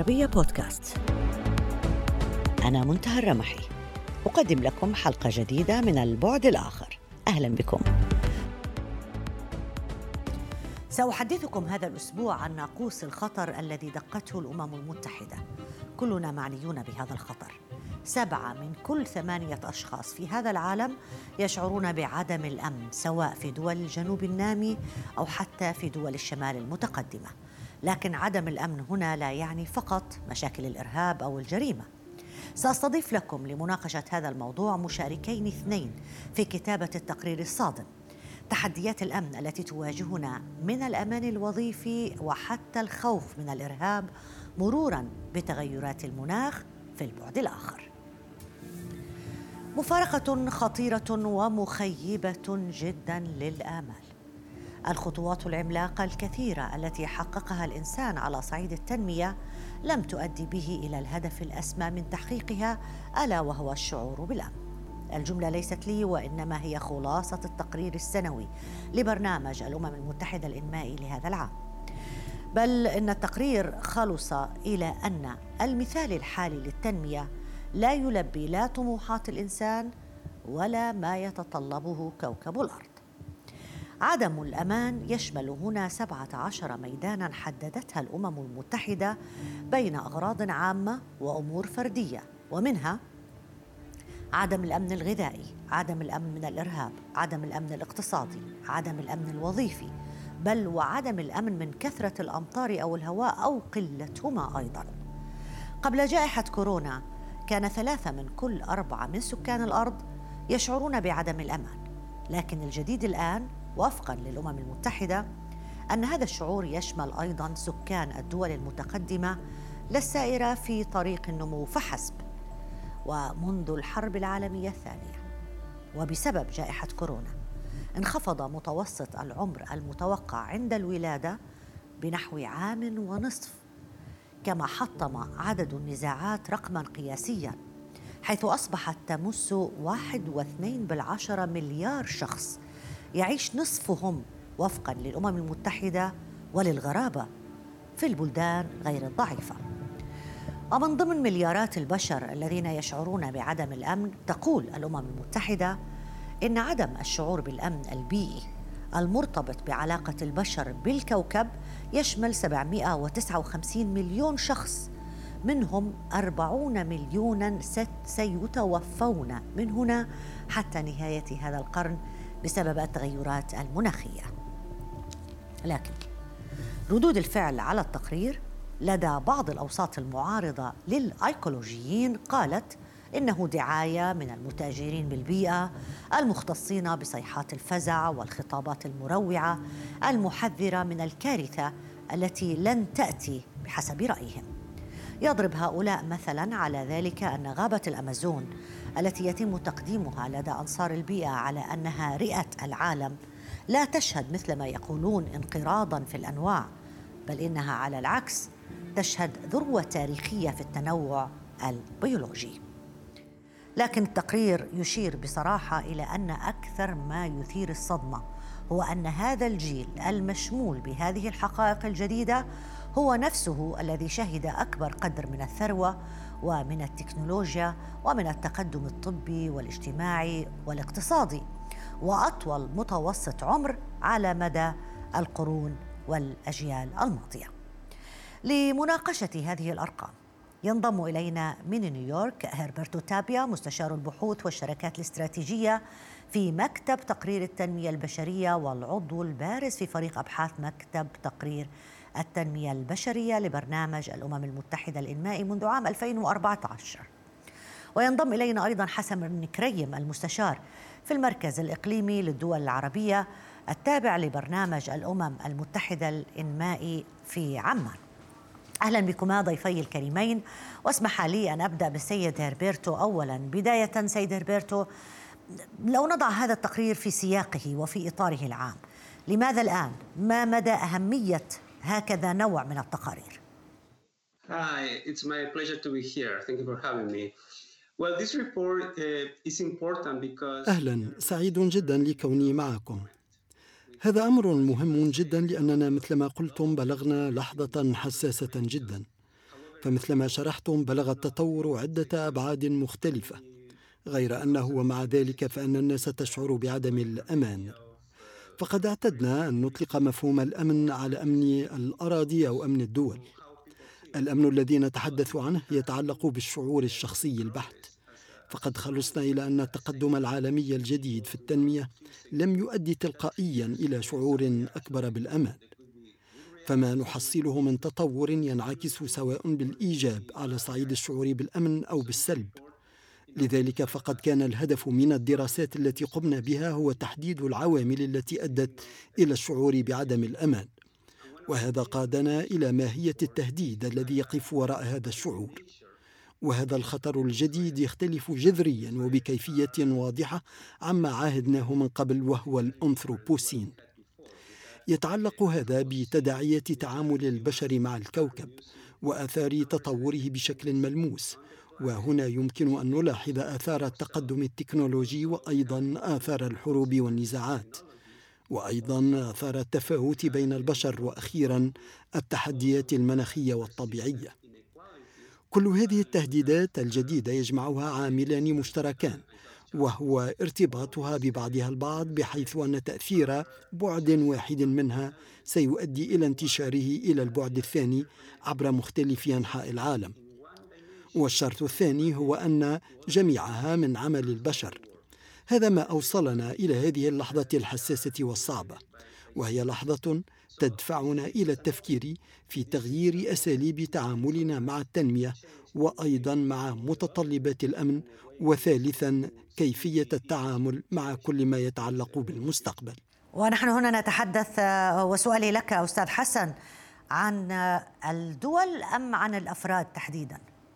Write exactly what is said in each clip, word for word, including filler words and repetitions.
العربية بودكاست. أنا منتهى الرمحي، أقدم لكم حلقة جديدة من البعد الآخر. أهلا بكم. سأحدثكم هذا الأسبوع عن ناقوس الخطر الذي دقته الأمم المتحدة. كلنا معنيون بهذا الخطر. سبعة من كل ثمانية أشخاص في هذا العالم يشعرون بعدم الأمن، سواء في دول الجنوب النامي أو حتى في دول الشمال المتقدمة. لكن عدم الأمن هنا لا يعني فقط مشاكل الإرهاب أو الجريمة. سأستضيف لكم لمناقشة هذا الموضوع مشاركين اثنين في كتابة التقرير الصادم. تحديات الأمن التي تواجهنا من الأمان الوظيفي وحتى الخوف من الإرهاب، مروراً بتغيرات المناخ في البعد الآخر. مفارقة خطيرة ومخيبة جداً للآمال. الخطوات العملاقة الكثيرة التي حققها الإنسان على صعيد التنمية لم تؤدي به إلى الهدف الأسمى من تحقيقها، ألا وهو الشعور بالأمن. الجملة ليست لي، وإنما هي خلاصة التقرير السنوي لبرنامج الأمم المتحدة الإنمائي لهذا العام. بل إن التقرير خلص إلى أن المثال الحالي للتنمية لا يلبي لا طموحات الإنسان ولا ما يتطلبه كوكب الأرض. عدم الأمان يشمل هنا سبعة عشر ميداناً حددتها الأمم المتحدة بين أغراض عامة وأمور فردية، ومنها عدم الأمن الغذائي، عدم الأمن من الإرهاب، عدم الأمن الاقتصادي، عدم الأمن الوظيفي، بل وعدم الأمن من كثرة الأمطار أو الهواء أو قلتهما أيضاً. قبل جائحة كورونا كان ثلاثة من كل أربعة من سكان الأرض يشعرون بعدم الأمان، لكن الجديد الآن وفقاً للأمم المتحدة أن هذا الشعور يشمل أيضاً سكان الدول المتقدمة لا السائرة في طريق النمو فحسب. ومنذ الحرب العالمية الثانية وبسبب جائحة كورونا انخفض متوسط العمر المتوقع عند الولادة بنحو عام ونصف، كما حطم عدد النزاعات رقماً قياسياً، حيث أصبحت تمس واحد واثنين بالعشرة مليار شخص، يعيش نصفهم وفقاً للأمم المتحدة وللغرابة في البلدان غير الضعيفة. ومن ضمن مليارات البشر الذين يشعرون بعدم الأمن، تقول الأمم المتحدة إن عدم الشعور بالأمن البيئي المرتبط بعلاقة البشر بالكوكب يشمل سبعمائة وتسعة وخمسين مليون شخص، منهم أربعين مليوناً سيتوفون من هنا حتى نهاية هذا القرن بسبب التغيرات المناخية. لكن ردود الفعل على التقرير لدى بعض الأوساط المعارضة للأيكولوجيين قالت إنه دعاية من المتاجرين بالبيئة المختصين بصيحات الفزع والخطابات المروعة المحذرة من الكارثة التي لن تأتي بحسب رأيهم. يضرب هؤلاء مثلاً على ذلك أن غابة الأمازون التي يتم تقديمها لدى أنصار البيئة على أنها رئة العالم لا تشهد مثل ما يقولون انقراضاً في الأنواع، بل إنها على العكس تشهد ذروة تاريخية في التنوع البيولوجي. لكن التقرير يشير بصراحة إلى أن أكثر ما يثير الصدمة هو أن هذا الجيل المشمول بهذه الحقائق الجديدة هو نفسه الذي شهد أكبر قدر من الثروة ومن التكنولوجيا ومن التقدم الطبي والاجتماعي والاقتصادي، وأطول متوسط عمر على مدى القرون والأجيال الماضية. لمناقشة هذه الأرقام ينضم إلينا من نيويورك هيربرتو تابيا، مستشار البحوث والشركات الاستراتيجية في مكتب تقرير التنمية البشرية والعضو البارز في فريق أبحاث مكتب تقرير التنمية البشرية لبرنامج الأمم المتحدة الإنمائي منذ عام ألفين وأربعة عشر. وينضم إلينا أيضا حسن بن كريم، المستشار في المركز الإقليمي للدول العربية التابع لبرنامج الأمم المتحدة الإنمائي في عمان. أهلا بكما ضيفي الكريمين، واسمح لي أن أبدأ بالسيد هيربرتو أولا. بداية سيد هيربرتو، لو نضع هذا التقرير في سياقه وفي إطاره العام، لماذا الآن؟ ما مدى أهمية هكذا نوع من التقارير؟ Hi, it's my pleasure to be here. Thank you for having me. Well, this report uh, is important because أهلا، سعيد جدا لكوني معكم. هذا أمر مهم جدا لأننا مثل ما قلتم بلغنا لحظة حساسة جدا. فمثلما شرحتم بلغ التطور عدة أبعاد مختلفة، غير أنه ومع ذلك فإن الناس تشعر بعدم الأمان. فقد اعتدنا أن نطلق مفهوم الأمن على أمن الأراضي أو أمن الدول. الأمن الذي نتحدث عنه يتعلق بالشعور الشخصي البحت، فقد خلصنا إلى أن التقدم العالمي الجديد في التنمية لم يؤدي تلقائيا إلى شعور أكبر بالأمان، فما نحصله من تطور ينعكس سواء بالإيجاب على صعيد الشعور بالأمن أو بالسلب. لذلك فقد كان الهدف من الدراسات التي قمنا بها هو تحديد العوامل التي أدت إلى الشعور بعدم الأمان، وهذا قادنا إلى ماهية التهديد الذي يقف وراء هذا الشعور. وهذا الخطر الجديد يختلف جذريا وبكيفية واضحة عما عاهدناه من قبل، وهو الأنثروبوسين. يتعلق هذا بتداعية تعامل البشر مع الكوكب وآثار تطوره بشكل ملموس، وهنا يمكن أن نلاحظ آثار التقدم التكنولوجي وأيضا آثار الحروب والنزاعات، وأيضا آثار التفاوت بين البشر، وأخيرا التحديات المناخية والطبيعية. كل هذه التهديدات الجديدة يجمعها عاملان مشتركان، وهو ارتباطها ببعضها البعض، بحيث أن تأثير بعد واحد منها سيؤدي إلى انتشاره إلى البعد الثاني عبر مختلف أنحاء العالم. والشرط الثاني هو أن جميعها من عمل البشر. هذا ما أوصلنا إلى هذه اللحظة الحساسة والصعبة، وهي لحظة تدفعنا إلى التفكير في تغيير أساليب تعاملنا مع التنمية، وأيضا مع متطلبات الأمن، وثالثا كيفية التعامل مع كل ما يتعلق بالمستقبل. ونحن هنا نتحدث، وسؤالي لك أستاذ حسن، عن الدول أم عن الأفراد تحديدا؟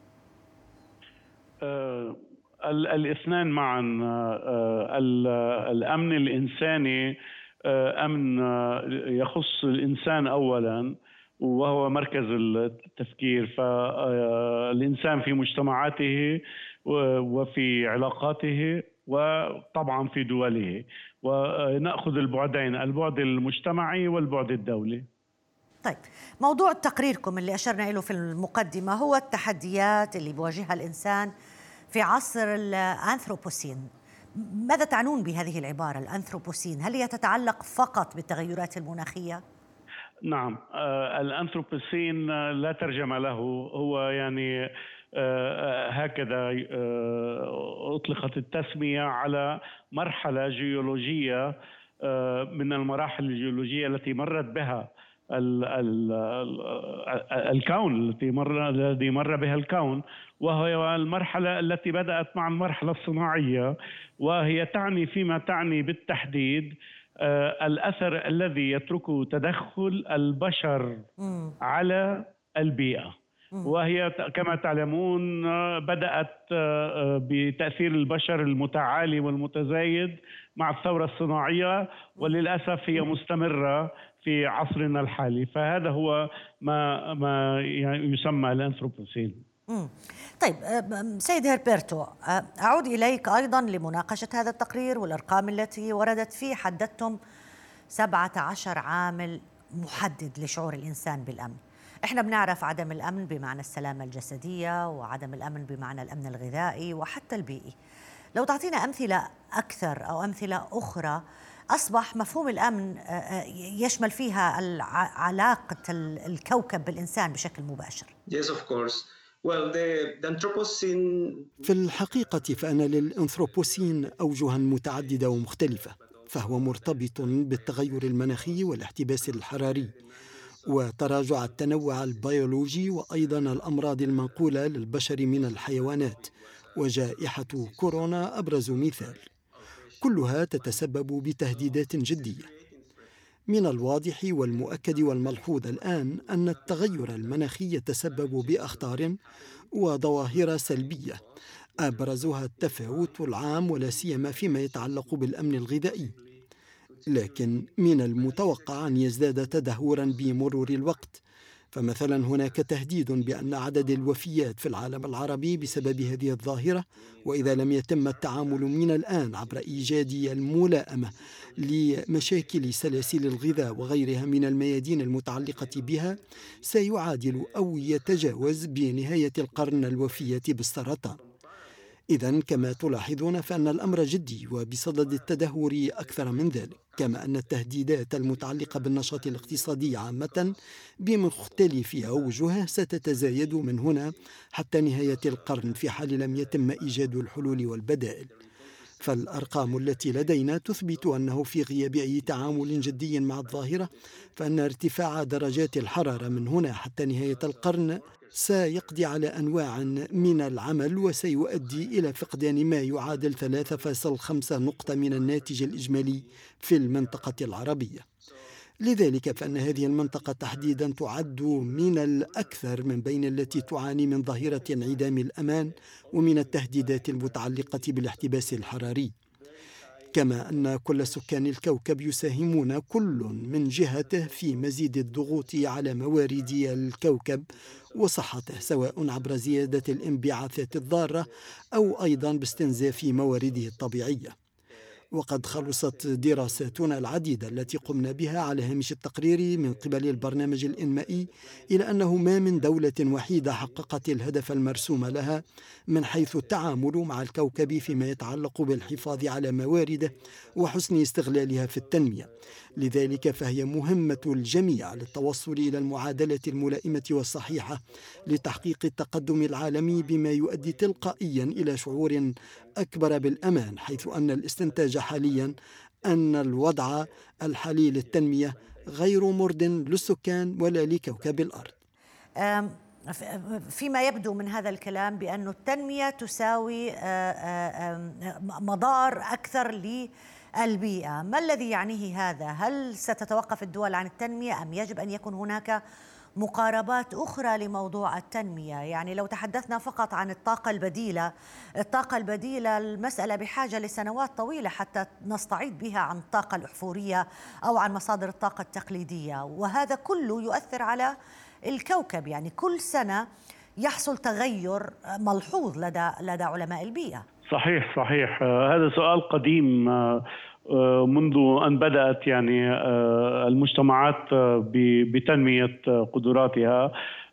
آه الاثنان معا. آه الأمن الإنساني أمن يخص الإنسان أولا، وهو مركز التفكير. فالإنسان في مجتمعاته وفي علاقاته وطبعا في دوله، ونأخذ البعدين، البعد المجتمعي والبعد الدولي. طيب، موضوع تقريركم اللي أشرنا له في المقدمة هو التحديات اللي بيواجهها الإنسان في عصر الأنثروبوسين. ماذا تعنون بهذه العبارة الأنثروبوسين؟ هل هي تتعلق فقط بالتغيرات المناخية؟ نعم، آه الأنثروبوسين لا ترجمة له، هو يعني آه هكذا آه أطلقت التسمية على مرحلة جيولوجية آه من المراحل الجيولوجية التي مرت بها ال ال الكون التي مر الذي مر بها الكون، وهي المرحلة التي بدأت مع المرحلة الصناعية، وهي تعني فيما تعني بالتحديد آه الأثر الذي يتركه تدخل البشر م. على البيئة. م. وهي كما تعلمون بدأت آه بتأثير البشر المتعالي والمتزايد مع الثورة الصناعية، وللأسف هي مستمرة في عصرنا الحالي. فهذا هو ما ما يسمى الأنثروبوسين. مم. طيب سيد هيربرتو، أعود إليك أيضا لمناقشة هذا التقرير والأرقام التي وردت فيه. حددتم سبعة عشر عامل محدد لشعور الإنسان بالأمن. إحنا بنعرف عدم الأمن بمعنى السلامة الجسدية، وعدم الأمن بمعنى الأمن الغذائي وحتى البيئي. لو تعطينا أمثلة أكثر أو أمثلة أخرى، أصبح مفهوم الأمن يشمل فيها علاقة الكوكب بالإنسان بشكل مباشر. Yes, of course. Well, the, the Anthropocene... في الحقيقة فإن للأنثروبوسين أوجها متعددة ومختلفة، فهو مرتبط بالتغير المناخي والاحتباس الحراري وتراجع التنوع البيولوجي، وأيضا الأمراض المنقولة للبشر من الحيوانات، وجائحة كورونا أبرز مثال. كلها تتسبب بتهديدات جدية. من الواضح والمؤكد والملحوظ الآن أن التغير المناخي يتسبب بأخطار وظواهر سلبية، أبرزها التفاوت العام ولا سيما فيما يتعلق بالأمن الغذائي. لكن من المتوقع أن يزداد تدهورا بمرور الوقت، فمثلا هناك تهديد بأن عدد الوفيات في العالم العربي بسبب هذه الظاهرة، وإذا لم يتم التعامل من الآن عبر إيجاد الملائمة لمشاكل سلاسل الغذاء وغيرها من الميادين المتعلقة بها، سيعادل أو يتجاوز بنهاية القرن الوفية بالسرطان. إذن كما تلاحظون فإن الأمر جدي وبصدد التدهور أكثر من ذلك، كما أن التهديدات المتعلقة بالنشاط الاقتصادي عامة بمختلف أوجهها ستتزايد من هنا حتى نهاية القرن في حال لم يتم إيجاد الحلول والبدائل. فالأرقام التي لدينا تثبت أنه في غياب أي تعامل جدي مع الظاهرة، فإن ارتفاع درجات الحرارة من هنا حتى نهاية القرن سيقضي على أنواع من العمل وسيؤدي إلى فقدان ما يعادل ثلاثة فاصلة خمسة نقطة من الناتج الإجمالي في المنطقة العربية. لذلك فإن هذه المنطقة تحديدا تعد من الأكثر من بين التي تعاني من ظاهرة انعدام الأمان ومن التهديدات المتعلقة بالاحتباس الحراري، كما أن كل سكان الكوكب يساهمون كل من جهته في مزيد الضغوط على موارد الكوكب وصحته، سواء عبر زيادة الانبعاثات الضارة أو أيضا باستنزاف موارده الطبيعية. وقد خلصت دراساتنا العديدة التي قمنا بها على هامش التقرير من قبل البرنامج الإنمائي إلى أنه ما من دولة وحيدة حققت الهدف المرسوم لها من حيث التعامل مع الكوكب فيما يتعلق بالحفاظ على موارده وحسن استغلالها في التنمية. لذلك فهي مهمة الجميع للتوصل إلى المعادلة الملائمة والصحيحة لتحقيق التقدم العالمي، بما يؤدي تلقائيا إلى شعور أكبر بالأمان، حيث أن الاستنتاج حاليا أن الوضع الحالي للتنمية غير مرض للسكان ولا لكوكب الأرض. فيما يبدو من هذا الكلام بأن التنمية تساوي مضار أكثر للبيئة. ما الذي يعنيه هذا؟ هل ستتوقف الدول عن التنمية أم يجب أن يكون هناك مقاربات أخرى لموضوع التنمية؟ يعني لو تحدثنا فقط عن الطاقة البديلة، الطاقة البديلة المسألة بحاجة لسنوات طويلة حتى نستعيد بها عن الطاقة الأحفورية أو عن مصادر الطاقة التقليدية، وهذا كله يؤثر على الكوكب. يعني كل سنة يحصل تغير ملحوظ لدى لدى علماء البيئة. صحيح صحيح هذا سؤال قديم منذ أن بدأت يعني المجتمعات بتنمية قدراتها.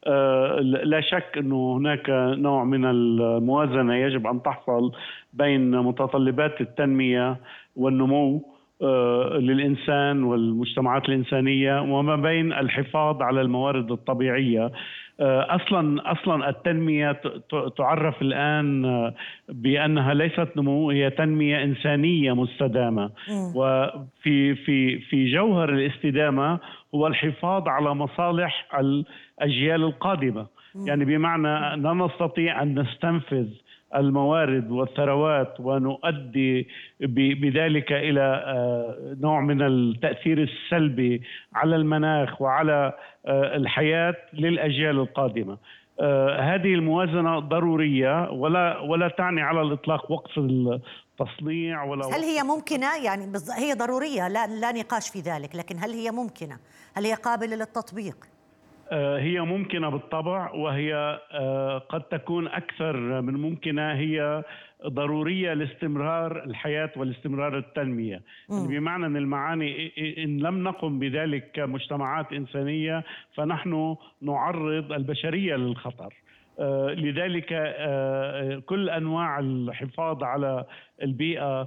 لا شك أنه هناك نوع من الموازنة يجب أن تحصل بين متطلبات التنمية والنمو للإنسان والمجتمعات الإنسانية وما بين الحفاظ على الموارد الطبيعية. أصلا أصلا التنمية تعرف الآن بأنها ليست نمو، هي تنمية إنسانية مستدامة، وفي في في جوهر الاستدامة هو الحفاظ على مصالح الأجيال القادمة. يعني بمعنى لا نستطيع أن نستنفذ الموارد والثروات ونؤدي بذلك إلى نوع من التأثير السلبي على المناخ وعلى الحياة للأجيال القادمة. هذه الموازنة ضرورية ولا ولا تعني على الإطلاق وقف التصنيع ولا. هل هي ممكنة؟ يعني هي ضرورية، لا لا نقاش في ذلك، لكن هل هي ممكنة؟ هل هي قابلة للتطبيق؟ هي ممكنة بالطبع، وهي قد تكون أكثر من ممكنة، هي ضرورية لاستمرار الحياة والاستمرار التنمية. يعني بمعنى أن المعاني إن لم نقم بذلك كمجتمعات إنسانية فنحن نعرض البشرية للخطر. لذلك كل أنواع الحفاظ على البيئة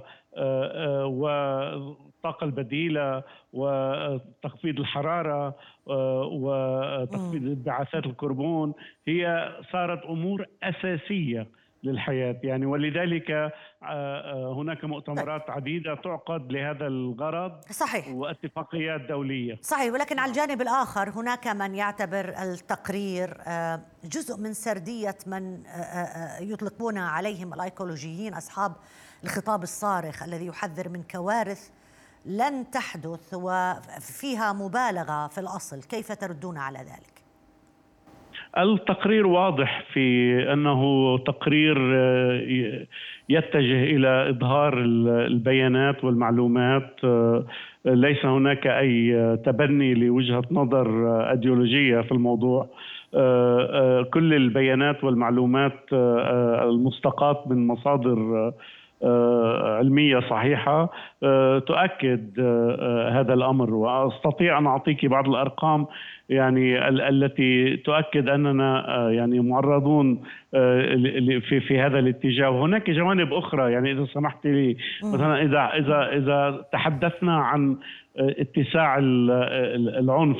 والطاقة البديلة وتخفيض الحرارة وتخفيض انبعاثات الكربون هي صارت أمور أساسية للحياة. يعني ولذلك هناك مؤتمرات عديدة تعقد لهذا الغرض. صحيح. واتفاقيات دولية. صحيح. ولكن على الجانب الآخر هناك من يعتبر التقرير جزء من سردية من يطلقون عليهم الأيكولوجيين أصحاب الخطاب الصارخ الذي يحذر من كوارث لن تحدث وفيها مبالغة في الأصل. كيف تردون على ذلك؟ التقرير واضح في أنه تقرير يتجه إلى إظهار البيانات والمعلومات ليس هناك أي تبني لوجهة نظر أيديولوجية في الموضوع. كل البيانات والمعلومات المستقاة من مصادر علمية صحيحة تؤكد هذا الأمر، وأستطيع أن أعطيك بعض الأرقام يعني التي تؤكد أننا يعني معرضون في في هذا الاتجاه. وهناك جوانب أخرى يعني إذا سمحت لي، مثلا إذا إذا إذا تحدثنا عن اتساع العنف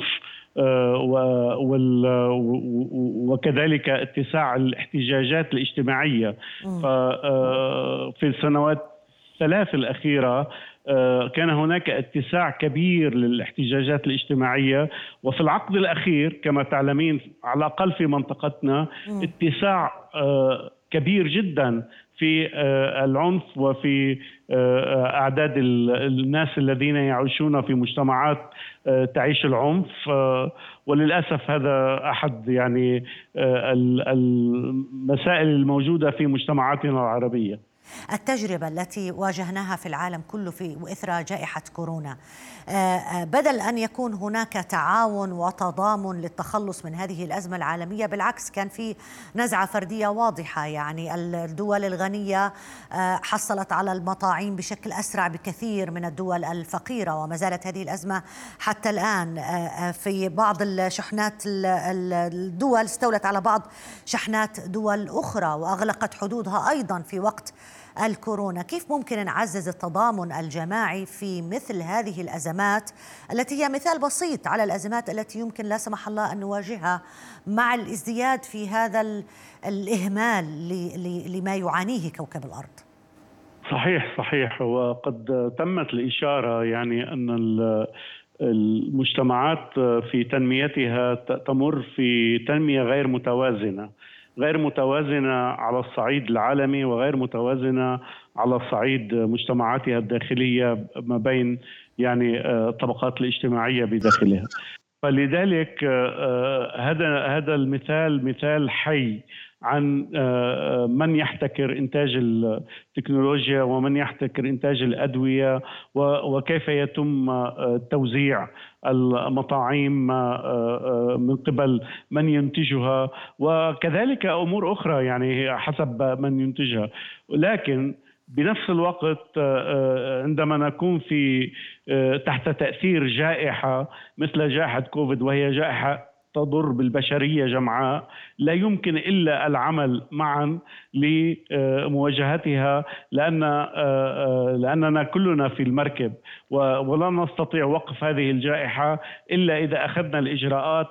وكذلك اتساع الاحتجاجات الاجتماعية، ففي السنوات الثلاث الأخيرة كان هناك اتساع كبير للاحتجاجات الاجتماعية، وفي العقد الأخير كما تعلمين على الأقل في منطقتنا اتساع كبير جدا في العنف وفي أعداد الناس الذين يعيشون في مجتمعات تعيش العنف. وللأسف هذا أحد يعني المسائل الموجودة في مجتمعاتنا العربية. التجربة التي واجهناها في العالم كله في إثر جائحة كورونا، بدل أن يكون هناك تعاون وتضامن للتخلص من هذه الأزمة العالمية، بالعكس كان في نزعة فردية واضحة. يعني الدول الغنية حصلت على المطاعيم بشكل أسرع بكثير من الدول الفقيرة، وما زالت هذه الأزمة حتى الآن. في بعض الشحنات الدول استولت على بعض شحنات دول أخرى وأغلقت حدودها أيضا في وقت الكورونا. كيف ممكن نعزز التضامن الجماعي في مثل هذه الأزمات التي هي مثال بسيط على الأزمات التي يمكن لا سمح الله أن نواجهها مع الازدياد في هذا الإهمال لما يعانيه كوكب الأرض؟ صحيح صحيح وقد تمت الإشارة يعني أن المجتمعات في تنميتها تمر في تنمية غير متوازنة غير متوازنة على الصعيد العالمي وغير متوازنة على الصعيد مجتمعاتها الداخلية ما بين يعني الطبقات الاجتماعية بداخلها. فلذلك هذا هذا المثال مثال حي عن من يحتكر إنتاج التكنولوجيا ومن يحتكر إنتاج الأدوية وكيف يتم توزيع المطاعيم من قبل من ينتجها، وكذلك أمور أخرى يعني حسب من ينتجها. لكن بنفس الوقت عندما نكون في تحت تأثير جائحة مثل جائحة كوفيد، وهي جائحة تضر بالبشرية جمعاء، لا يمكن إلا العمل معا لمواجهتها، لأن لأننا كلنا في المركب ولا نستطيع وقف هذه الجائحة إلا إذا أخذنا الإجراءات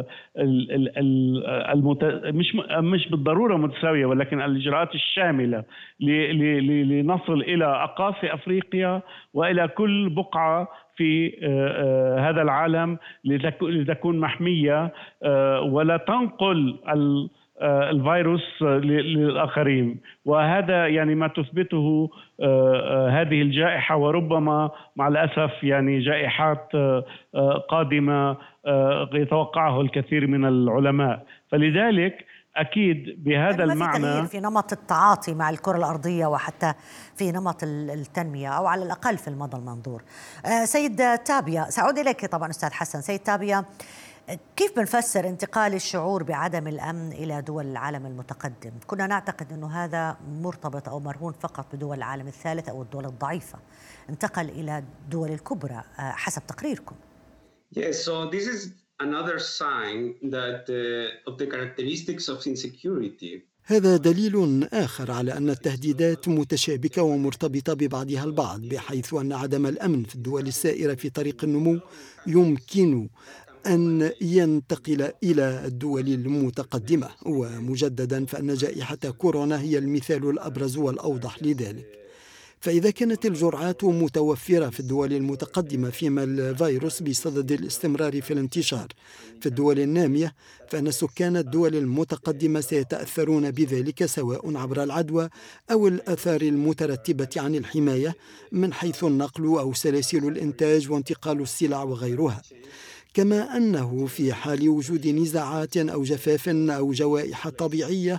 المت... مش مش بالضرورة متساوية، ولكن الإجراءات الشاملة لنصل إلى أقاصي أفريقيا وإلى كل بقعة في هذا العالم لتكون محمية ولا تنقل الفيروس للآخرين. وهذا يعني ما تثبته هذه الجائحة، وربما مع الأسف يعني جائحات قادمة يتوقعه الكثير من العلماء. فلذلك أكيد بهذا يعني المعنى ما في تغيير في نمط التعاطي مع الكرة الأرضية وحتى في نمط التنمية، أو على الأقل في المدى المنظور. سيد تابية، سأعود إليك طبعا أستاذ حسن. سيد تابية، كيف بنفسر انتقال الشعور بعدم الأمن إلى دول العالم المتقدم؟ كنا نعتقد أنه هذا مرتبط أو مرهون فقط بدول العالم الثالث أو الدول الضعيفة، انتقل إلى الدول الكبرى حسب تقريركم. Yes, so this is another sign that uh, of the characteristics of insecurity. هذا دليل آخر على أن التهديدات متشابكة ومرتبطة ببعضها البعض، بحيث أن عدم الأمن في الدول السائرة في طريق النمو يمكن أن ينتقل إلى الدول المتقدمة. ومجددا فإن جائحة كورونا هي المثال الأبرز والأوضح لذلك. فإذا كانت الجرعات متوفرة في الدول المتقدمة فيما الفيروس بصدد الاستمرار في الانتشار في الدول النامية، فإن سكان الدول المتقدمة سيتأثرون بذلك، سواء عبر العدوى أو الآثار المترتبة عن الحماية من حيث النقل أو سلاسل الإنتاج وانتقال السلع وغيرها. كما أنه في حال وجود نزاعات أو جفاف أو جوائح طبيعية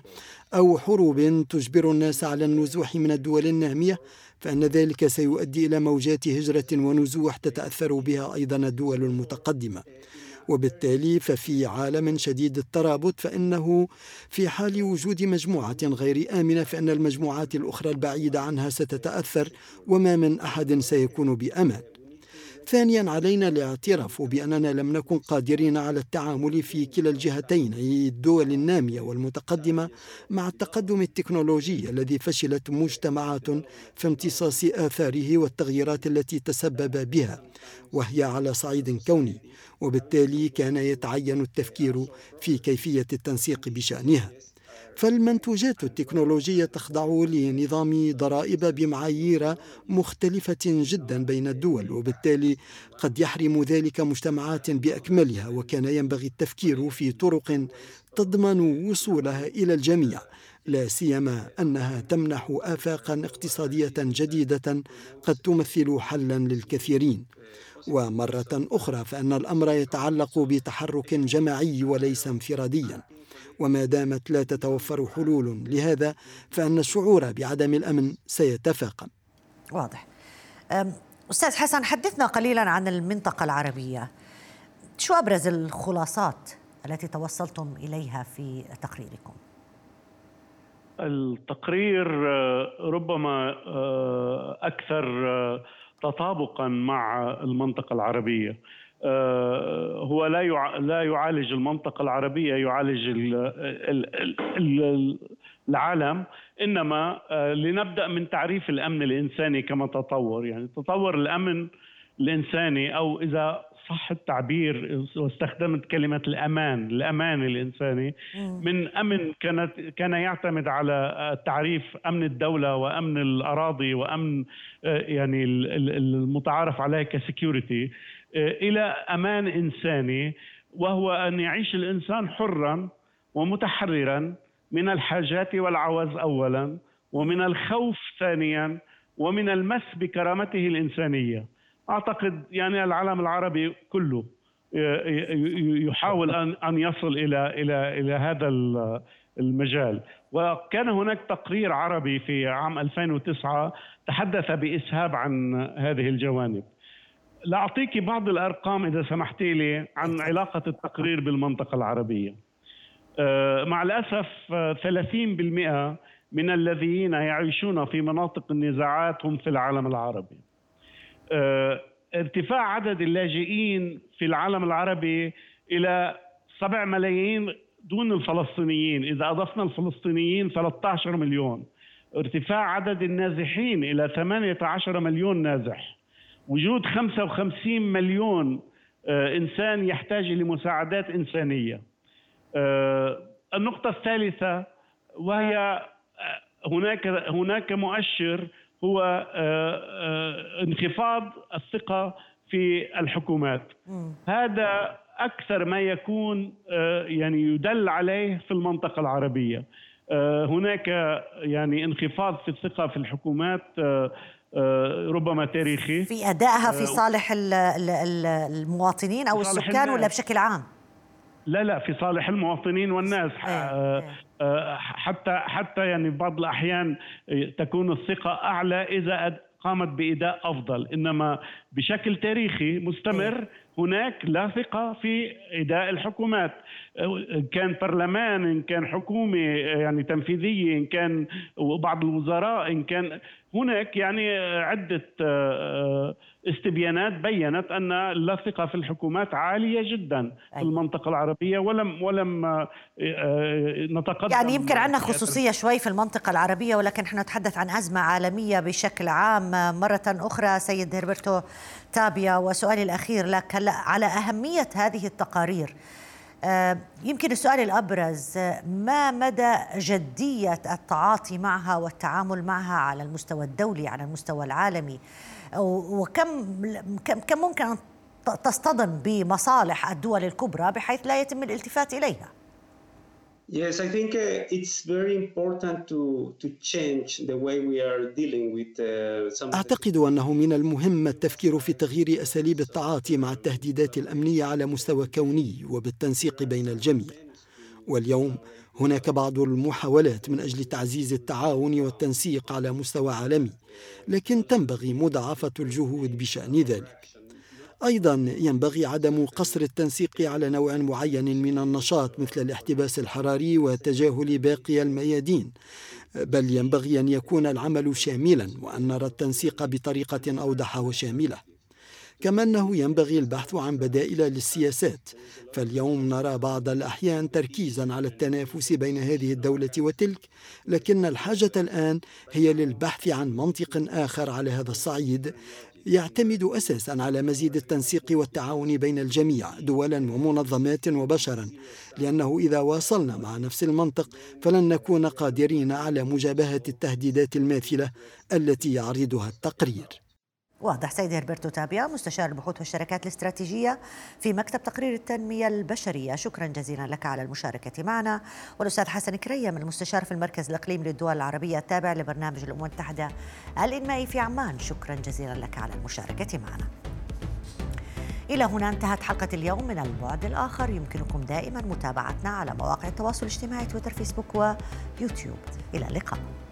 أو حروب تجبر الناس على النزوح من الدول النامية، فإن ذلك سيؤدي إلى موجات هجرة ونزوح تتأثر بها أيضا الدول المتقدمة. وبالتالي ففي عالم شديد الترابط، فإنه في حال وجود مجموعة غير آمنة فإن المجموعات الأخرى البعيدة عنها ستتأثر، وما من أحد سيكون بأمان. ثانيا، علينا الاعتراف بأننا لم نكن قادرين على التعامل في كلا الجهتين، أي الدول النامية والمتقدمة، مع التقدم التكنولوجي الذي فشلت مجتمعات في امتصاص آثاره والتغييرات التي تسبب بها، وهي على صعيد كوني، وبالتالي كان يتعين التفكير في كيفية التنسيق بشأنها. فالمنتوجات التكنولوجية تخضع لنظام ضرائب بمعايير مختلفة جدا بين الدول، وبالتالي قد يحرم ذلك مجتمعات بأكملها، وكان ينبغي التفكير في طرق تضمن وصولها إلى الجميع، لا سيما أنها تمنح آفاقا اقتصادية جديدة قد تمثل حلا للكثيرين. ومرة أخرى فإن الأمر يتعلق بتحرك جماعي وليس انفراديا، وما دامت لا تتوفر حلول لهذا فإن الشعور بعدم الأمن سيتفاقم. واضح. أستاذ حسن، حدثنا قليلا عن المنطقة العربية. شو أبرز الخلاصات التي توصلتم إليها في تقريركم؟ التقرير ربما أكثر تطابقا مع المنطقة العربية. هو لا لا يعالج المنطقة العربية، يعالج العالم. إنما لنبدأ من تعريف الأمن الإنساني كما تطور. يعني تطور الأمن الإنساني، أو إذا صح التعبير واستخدمت كلمة الأمان، الأمان الإنساني، من أمن كانت كان يعتمد على تعريف أمن الدولة وأمن الأراضي وأمن يعني المتعارف عليه كسيكيورتي، إلى أمان إنساني، وهو أن يعيش الإنسان حرا ومتحررا من الحاجات والعوز أولا، ومن الخوف ثانيا، ومن المس بكرامته الإنسانية. أعتقد يعني العالم العربي كله يحاول أن يصل إلى إلى إلى هذا المجال. وكان هناك تقرير عربي في عام ألفين وتسعة تحدث بإسهاب عن هذه الجوانب. لأعطيك بعض الأرقام إذا سمحتي لي عن علاقة التقرير بالمنطقة العربية. مع الأسف ثلاثين بالمئة من الذين يعيشون في مناطق النزاعات هم في العالم العربي. ارتفاع عدد اللاجئين في العالم العربي إلى سبعة ملايين دون الفلسطينيين، إذا أضفنا الفلسطينيين ثلاثة عشر مليون. ارتفاع عدد النازحين إلى ثمانية عشر مليون نازح. وجود خمسة وخمسين مليون إنسان يحتاج لمساعدات إنسانية. النقطة الثالثة وهي هناك هناك مؤشر هو انخفاض الثقة في الحكومات. هذا أكثر ما يكون يعني يدل عليه في المنطقة العربية. هناك يعني انخفاض في الثقة في الحكومات ربما تاريخي في أدائها في صالح المواطنين أو السكان، ولا بشكل عام؟ لا لا في صالح المواطنين والناس. حتى حتى يعني بعض الأحيان تكون الثقة أعلى إذا قامت بإداء أفضل، إنما بشكل تاريخي مستمر هناك لا ثقة في إداء الحكومات، إن كان برلمان، إن كان حكومة يعني تنفيذية، إن كان بعض الوزراء، إن كان هناك يعني عدة استبيانات بيّنت أن لا ثقة في الحكومات عالية جدا في المنطقة العربية، ولم ولم نتقدم. يعني يمكن عندنا خصوصية شوي في المنطقة العربية، ولكن نحن نتحدث عن أزمة عالمية بشكل عام. مرة أخرى سيد هربرتو تابيا، وسؤالي الأخير لك على أهمية هذه التقارير. يمكن السؤال الأبرز، ما مدى جدية التعاطي معها والتعامل معها على المستوى الدولي، على المستوى العالمي، وكم كم ممكن أن تصطدم بمصالح الدول الكبرى بحيث لا يتم الالتفات إليها؟ Yes, I think uh, it's very important to to change the way we are dealing with uh, some. أعتقد أنه من المهم التفكير في تغيير أساليب التعاطي مع التهديدات الأمنية على مستوى كوني وبالتنسيق بين الجميع. واليوم هناك بعض المحاولات من أجل تعزيز التعاون والتنسيق على مستوى عالمي، لكن تنبغي مضاعفة الجهود بشأن ذلك. أيضا ينبغي عدم قصر التنسيق على نوع معين من النشاط مثل الاحتباس الحراري وتجاهل باقي الميادين، بل ينبغي أن يكون العمل شاملا وأن نرى التنسيق بطريقة أوضح وشاملة. كما أنه ينبغي البحث عن بدائل للسياسات، فاليوم نرى بعض الأحيان تركيزا على التنافس بين هذه الدولة وتلك، لكن الحاجة الآن هي للبحث عن منطق آخر على هذا الصعيد يعتمد أساسا على مزيد التنسيق والتعاون بين الجميع دولا ومنظمات وبشرا، لأنه إذا واصلنا مع نفس المنطق فلن نكون قادرين على مجابهة التهديدات الماثلة التي يعرضها التقرير. واضح. سيد هربرتو تابيا، مستشار البحوث والشركات الاستراتيجية في مكتب تقرير التنمية البشرية، شكرا جزيلا لك على المشاركة معنا. والأستاذ حسن كريم، المستشار في المركز الإقليمي للدول العربية التابع لبرنامج الأمم المتحدة الإنمائي في عمان، شكرا جزيلا لك على المشاركة معنا. إلى هنا انتهت حلقة اليوم من البعد الآخر. يمكنكم دائما متابعتنا على مواقع التواصل الاجتماعي تويتر، فيسبوك ويوتيوب. إلى اللقاء.